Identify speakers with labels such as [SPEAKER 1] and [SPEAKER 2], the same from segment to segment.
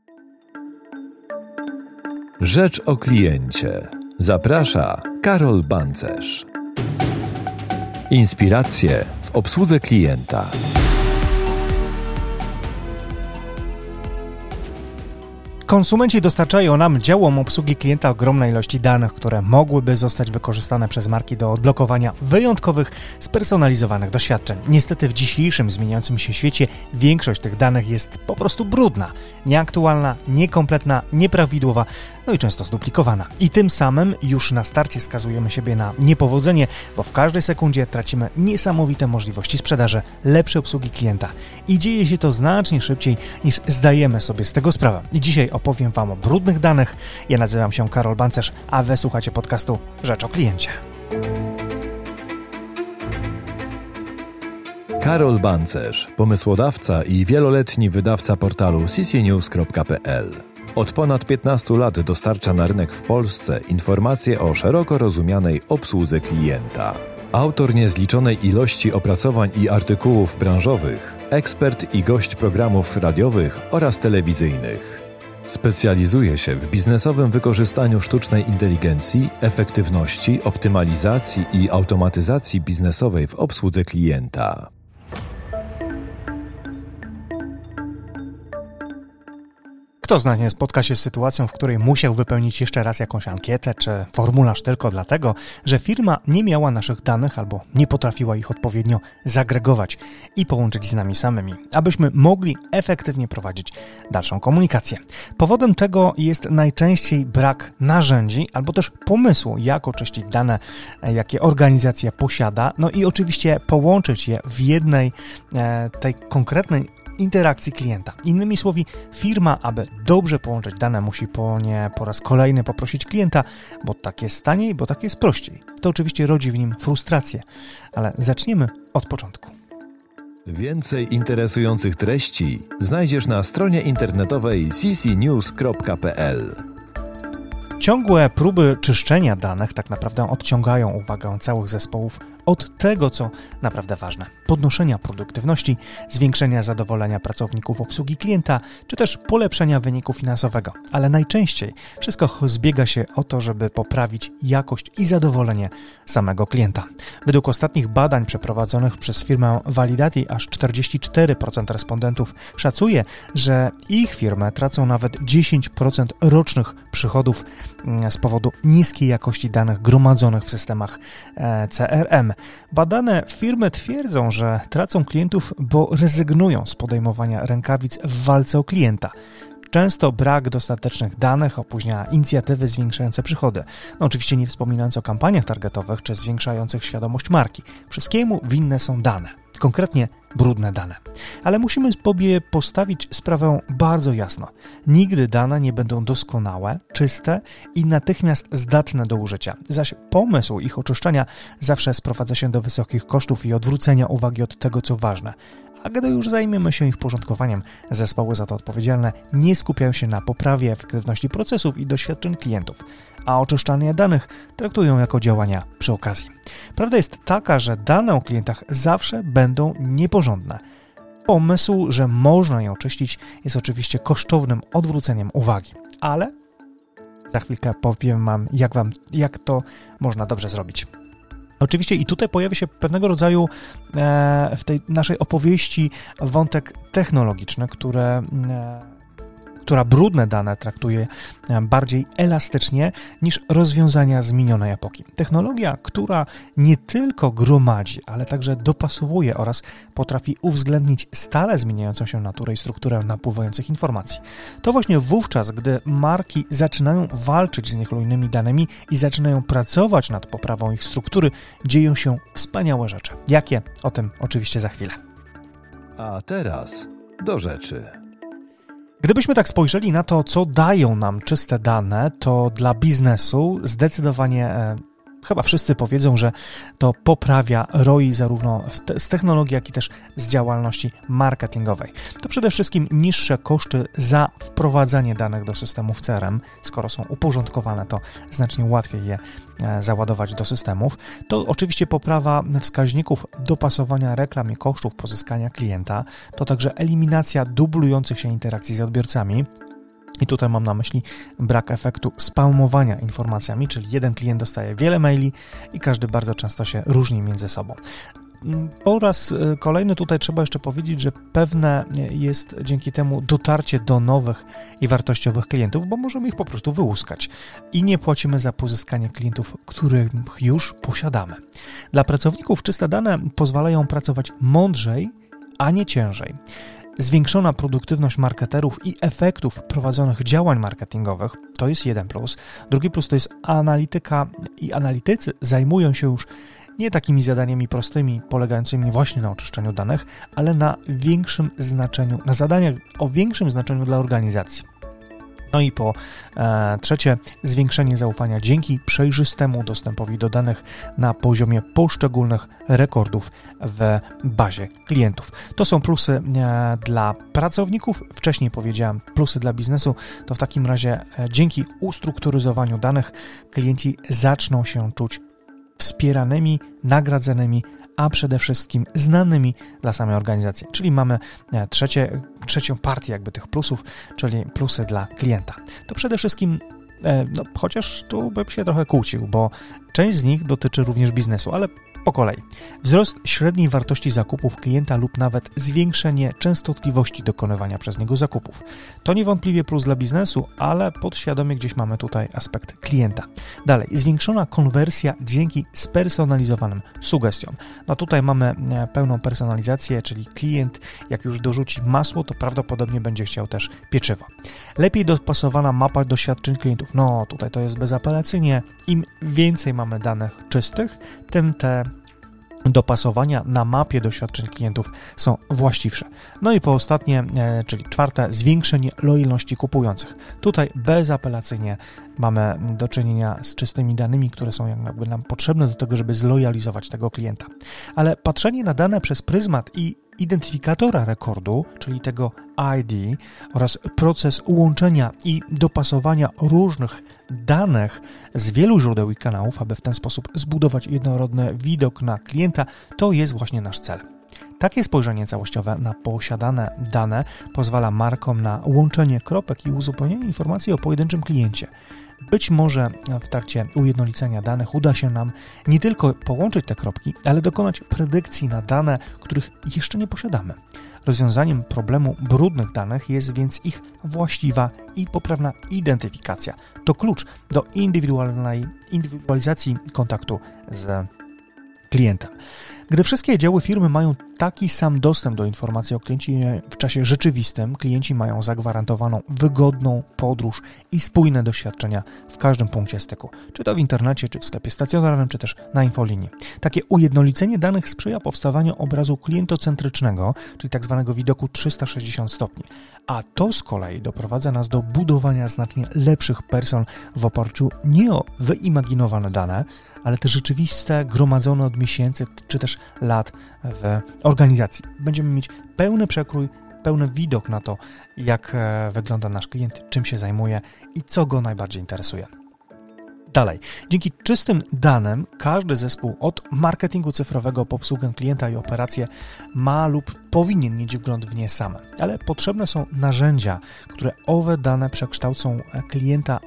[SPEAKER 1] Rzecz o kliencie. Zaprasza Karol Bancerz. Inspiracje w obsłudze klienta.
[SPEAKER 2] Konsumenci dostarczają nam działom obsługi klienta ogromne ilości danych, które mogłyby zostać wykorzystane przez marki do odblokowania wyjątkowych, spersonalizowanych doświadczeń. Niestety w dzisiejszym zmieniającym się świecie większość tych danych jest po prostu brudna, nieaktualna, niekompletna, nieprawidłowa, no i często zduplikowana. I tym samym już na starcie skazujemy siebie na niepowodzenie, bo w każdej sekundzie tracimy niesamowite możliwości sprzedaży, lepszej obsługi klienta. I dzieje się to znacznie szybciej niż zdajemy sobie z tego sprawę. I dzisiaj opowiem Wam o brudnych danych. Ja nazywam się Karol Bancerz, a Wy słuchacie podcastu Rzecz o kliencie.
[SPEAKER 1] Karol Bancerz, pomysłodawca i wieloletni wydawca portalu ccnews.pl. Od ponad 15 lat dostarcza na rynek w Polsce informacje o szeroko rozumianej obsłudze klienta. Autor niezliczonej ilości opracowań i artykułów branżowych, ekspert i gość programów radiowych oraz telewizyjnych. Specjalizuje się w biznesowym wykorzystaniu sztucznej inteligencji, efektywności, optymalizacji i automatyzacji biznesowej w obsłudze klienta.
[SPEAKER 2] Kto z nas nie spotka się z sytuacją, w której musiał wypełnić jeszcze raz jakąś ankietę czy formularz tylko dlatego, że firma nie miała naszych danych albo nie potrafiła ich odpowiednio zagregować i połączyć z nami samymi, abyśmy mogli efektywnie prowadzić dalszą komunikację. Powodem tego jest najczęściej brak narzędzi albo też pomysłu, jak oczyścić dane, jakie organizacja posiada, no i oczywiście połączyć je w jednej tej konkretnej interakcji klienta. Innymi słowy, firma, aby dobrze połączyć dane, musi po raz kolejny poprosić klienta, bo tak jest taniej, bo tak jest prościej. To oczywiście rodzi w nim frustrację, ale zaczniemy od początku.
[SPEAKER 1] Więcej interesujących treści znajdziesz na stronie internetowej ccnews.pl.
[SPEAKER 2] Ciągłe próby czyszczenia danych tak naprawdę odciągają uwagę całych zespołów od tego, co naprawdę ważne. Podnoszenia produktywności, zwiększenia zadowolenia pracowników obsługi klienta, czy też polepszenia wyniku finansowego. Ale najczęściej wszystko zbiega się o to, żeby poprawić jakość i zadowolenie samego klienta. Według ostatnich badań przeprowadzonych przez firmę Validati aż 44% respondentów szacuje, że ich firmy tracą nawet 10% rocznych przychodów z powodu niskiej jakości danych gromadzonych w systemach CRM. Badane firmy twierdzą, że tracą klientów, bo rezygnują z podejmowania rękawic w walce o klienta. Często brak dostatecznych danych opóźnia inicjatywy zwiększające przychody. No oczywiście nie wspominając o kampaniach targetowych czy zwiększających świadomość marki. Wszystkiemu winne są dane. Konkretnie brudne dane. Ale musimy sobie postawić sprawę bardzo jasno. Nigdy dane nie będą doskonałe, czyste i natychmiast zdatne do użycia. Zaś pomysł ich oczyszczania zawsze sprowadza się do wysokich kosztów i odwrócenia uwagi od tego, co ważne. A gdy już zajmiemy się ich porządkowaniem, zespoły za to odpowiedzialne nie skupiają się na poprawie efektywności procesów i doświadczeń klientów, a oczyszczanie danych traktują jako działania przy okazji. Prawda jest taka, że dane o klientach zawsze będą nieporządne. Pomysł, że można je oczyścić, jest oczywiście kosztownym odwróceniem uwagi, ale za chwilkę powiem Wam, jak to można dobrze zrobić. Oczywiście i tutaj pojawia się pewnego rodzaju w tej naszej opowieści wątek technologiczny, która brudne dane traktuje bardziej elastycznie niż rozwiązania z minionej epoki. Technologia, która nie tylko gromadzi, ale także dopasowuje oraz potrafi uwzględnić stale zmieniającą się naturę i strukturę napływających informacji. To właśnie wówczas, gdy marki zaczynają walczyć z niechlujnymi danymi i zaczynają pracować nad poprawą ich struktury, dzieją się wspaniałe rzeczy. Jakie? O tym oczywiście za chwilę.
[SPEAKER 1] A teraz do rzeczy.
[SPEAKER 2] Gdybyśmy tak spojrzeli na to, co dają nam czyste dane, to dla biznesu zdecydowanie chyba wszyscy powiedzą, że to poprawia ROI zarówno z technologii, jak i też z działalności marketingowej. To przede wszystkim niższe koszty za wprowadzanie danych do systemów CRM. Skoro są uporządkowane, to znacznie łatwiej je załadować do systemów. To oczywiście poprawa wskaźników dopasowania reklam i kosztów pozyskania klienta. To także eliminacja dublujących się interakcji z odbiorcami. I tutaj mam na myśli brak efektu spamowania informacjami, czyli jeden klient dostaje wiele maili i każdy bardzo często się różni między sobą. Po raz kolejny tutaj trzeba jeszcze powiedzieć, że pewne jest dzięki temu dotarcie do nowych i wartościowych klientów, bo możemy ich po prostu wyłuskać i nie płacimy za pozyskanie klientów, których już posiadamy. Dla pracowników czyste dane pozwalają pracować mądrzej, a nie ciężej. Zwiększona produktywność marketerów i efektów prowadzonych działań marketingowych to jest jeden plus. Drugi plus to jest analityka i analitycy zajmują się już nie takimi zadaniami prostymi, polegającymi właśnie na oczyszczeniu danych, ale na większym znaczeniu, na zadaniach o większym znaczeniu dla organizacji. No i po trzecie, zwiększenie zaufania dzięki przejrzystemu dostępowi do danych na poziomie poszczególnych rekordów w bazie klientów. To są plusy dla pracowników. Wcześniej powiedziałem plusy dla biznesu. To w takim razie dzięki ustrukturyzowaniu danych klienci zaczną się czuć wspieranymi, nagradzanymi, a przede wszystkim znanymi dla samej organizacji. Czyli mamy trzecią partię jakby tych plusów, czyli plusy dla klienta. To przede wszystkim, chociaż tu bym się trochę kłócił, bo część z nich dotyczy również biznesu, ale po kolei. Wzrost średniej wartości zakupów klienta lub nawet zwiększenie częstotliwości dokonywania przez niego zakupów. To niewątpliwie plus dla biznesu, ale podświadomie gdzieś mamy tutaj aspekt klienta. Dalej, zwiększona konwersja dzięki spersonalizowanym sugestiom. No tutaj mamy pełną personalizację, czyli klient jak już dorzuci masło, to prawdopodobnie będzie chciał też pieczywo. Lepiej dopasowana mapa doświadczeń klientów. No tutaj to jest bezapelacyjnie. Im więcej mamy danych czystych, tym te dopasowania na mapie doświadczeń klientów są właściwsze. No i po ostatnie, czyli czwarte, zwiększenie lojalności kupujących. Tutaj bezapelacyjnie mamy do czynienia z czystymi danymi, które są jakby nam potrzebne do tego, żeby zlojalizować tego klienta. Ale patrzenie na dane przez pryzmat i identyfikatora rekordu, czyli tego ID oraz proces łączenia i dopasowania różnych danych z wielu źródeł i kanałów, aby w ten sposób zbudować jednorodny widok na klienta, to jest właśnie nasz cel. Takie spojrzenie całościowe na posiadane dane pozwala markom na łączenie kropek i uzupełnienie informacji o pojedynczym kliencie. Być może w trakcie ujednolicenia danych uda się nam nie tylko połączyć te kropki, ale dokonać predykcji na dane, których jeszcze nie posiadamy. Rozwiązaniem problemu brudnych danych jest więc ich właściwa i poprawna identyfikacja. To klucz do indywidualizacji kontaktu z klientem. Gdy wszystkie działy firmy mają taki sam dostęp do informacji o kliencie w czasie rzeczywistym, klienci mają zagwarantowaną wygodną podróż i spójne doświadczenia w każdym punkcie styku, czy to w internecie, czy w sklepie stacjonarnym, czy też na infolinii. Takie ujednolicenie danych sprzyja powstawaniu obrazu klientocentrycznego, czyli tak zwanego widoku 360 stopni, a to z kolei doprowadza nas do budowania znacznie lepszych person w oparciu nie o wyimaginowane dane, ale te rzeczywiste, gromadzone od miesięcy czy też lat w organizacji. Będziemy mieć pełny przekrój, pełny widok na to, jak wygląda nasz klient, czym się zajmuje i co go najbardziej interesuje. Dalej, dzięki czystym danym każdy zespół od marketingu cyfrowego po obsługę klienta i operacje ma lub powinien mieć wgląd w nie sam, ale potrzebne są narzędzia, które owe dane przekształcą klienta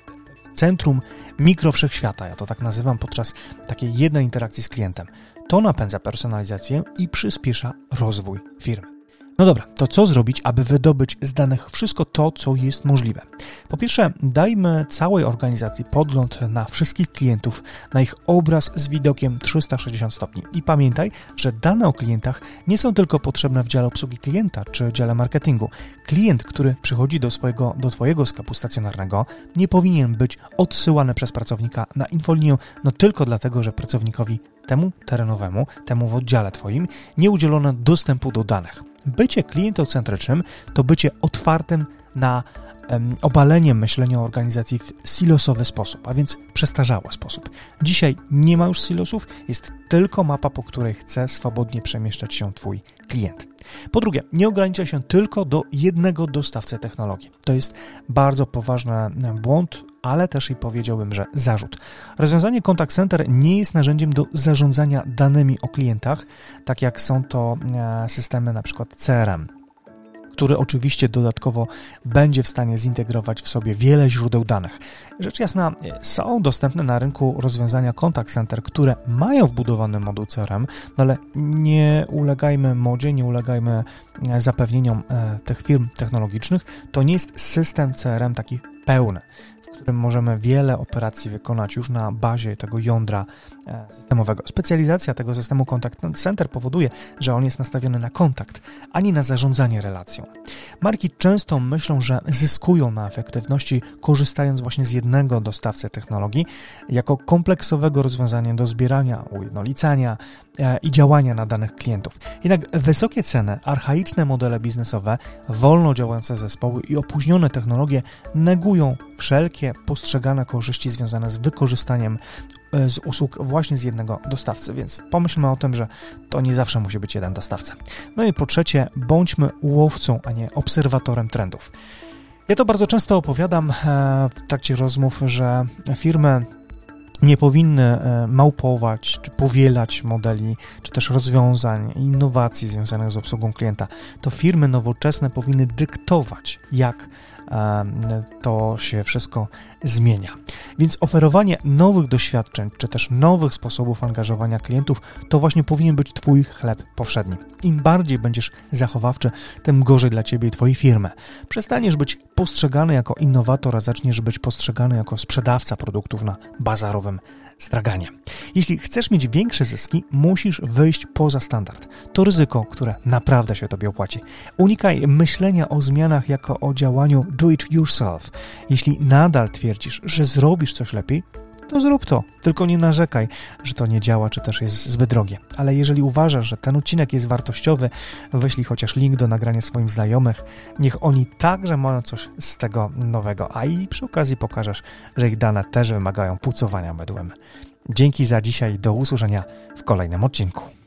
[SPEAKER 2] w centrum mikrowszechświata, ja to tak nazywam, podczas takiej jednej interakcji z klientem. To napędza personalizację i przyspiesza rozwój firmy. No dobra, to co zrobić, aby wydobyć z danych wszystko to, co jest możliwe? Po pierwsze, dajmy całej organizacji podgląd na wszystkich klientów, na ich obraz z widokiem 360 stopni. I pamiętaj, że dane o klientach nie są tylko potrzebne w dziale obsługi klienta czy dziale marketingu. Klient, który przychodzi do Twojego sklepu stacjonarnego, nie powinien być odsyłany przez pracownika na infolinię, no tylko dlatego, że pracownikowi temu terenowemu, temu w oddziale Twoim nie udzielono dostępu do danych. Bycie klientocentrycznym to bycie otwartym na obalenie myślenia o organizacji w silosowy sposób, a więc przestarzały sposób. Dzisiaj nie ma już silosów, jest tylko mapa, po której chce swobodnie przemieszczać się Twój klient. Po drugie, nie ogranicza się tylko do jednego dostawcy technologii. To jest bardzo poważny błąd, ale też i powiedziałbym, że zarzut. Rozwiązanie Contact Center nie jest narzędziem do zarządzania danymi o klientach, tak jak są to systemy na przykład CRM, który oczywiście dodatkowo będzie w stanie zintegrować w sobie wiele źródeł danych. Rzecz jasna, są dostępne na rynku rozwiązania contact center, które mają wbudowany moduł CRM, no ale nie ulegajmy modzie, nie ulegajmy zapewnieniom tych firm technologicznych. To nie jest system CRM taki pełny, w którym możemy wiele operacji wykonać już na bazie tego jądra systemowego. Specjalizacja tego systemu Contact Center powoduje, że on jest nastawiony na kontakt, a nie na zarządzanie relacją. Marki często myślą, że zyskują na efektywności, korzystając właśnie z jednego dostawcy technologii jako kompleksowego rozwiązania do zbierania, ujednolicania i działania na danych klientów. Jednak wysokie ceny, archaiczne modele biznesowe, wolno działające zespoły i opóźnione technologie negują wszelkie postrzegane korzyści związane z wykorzystaniem z usług właśnie z jednego dostawcy, więc pomyślmy o tym, że to nie zawsze musi być jeden dostawca. No i po trzecie, bądźmy łowcą, a nie obserwatorem trendów. Ja to bardzo często opowiadam w trakcie rozmów, że firmy nie powinny małpować czy powielać modeli, czy też rozwiązań i innowacji związanych z obsługą klienta. To firmy nowoczesne powinny dyktować, jak to się wszystko zmienia. Więc oferowanie nowych doświadczeń, czy też nowych sposobów angażowania klientów, to właśnie powinien być Twój chleb powszedni. Im bardziej będziesz zachowawczy, tym gorzej dla Ciebie i Twojej firmy. Przestaniesz być postrzegany jako innowator, a zaczniesz być postrzegany jako sprzedawca produktów na bazarowym straganie. Jeśli chcesz mieć większe zyski, musisz wyjść poza standard. To ryzyko, które naprawdę się Tobie opłaci. Unikaj myślenia o zmianach jako o działaniu do it yourself. Jeśli nadal twierdzisz, że zrobisz coś lepiej, to zrób to. Tylko nie narzekaj, że to nie działa, czy też jest zbyt drogie. Ale jeżeli uważasz, że ten odcinek jest wartościowy, wyślij chociaż link do nagrania swoim znajomych. Niech oni także mają coś z tego nowego. A i przy okazji pokażesz, że ich dane też wymagają pucowania mydłem. Dzięki za dzisiaj. Do usłyszenia w kolejnym odcinku.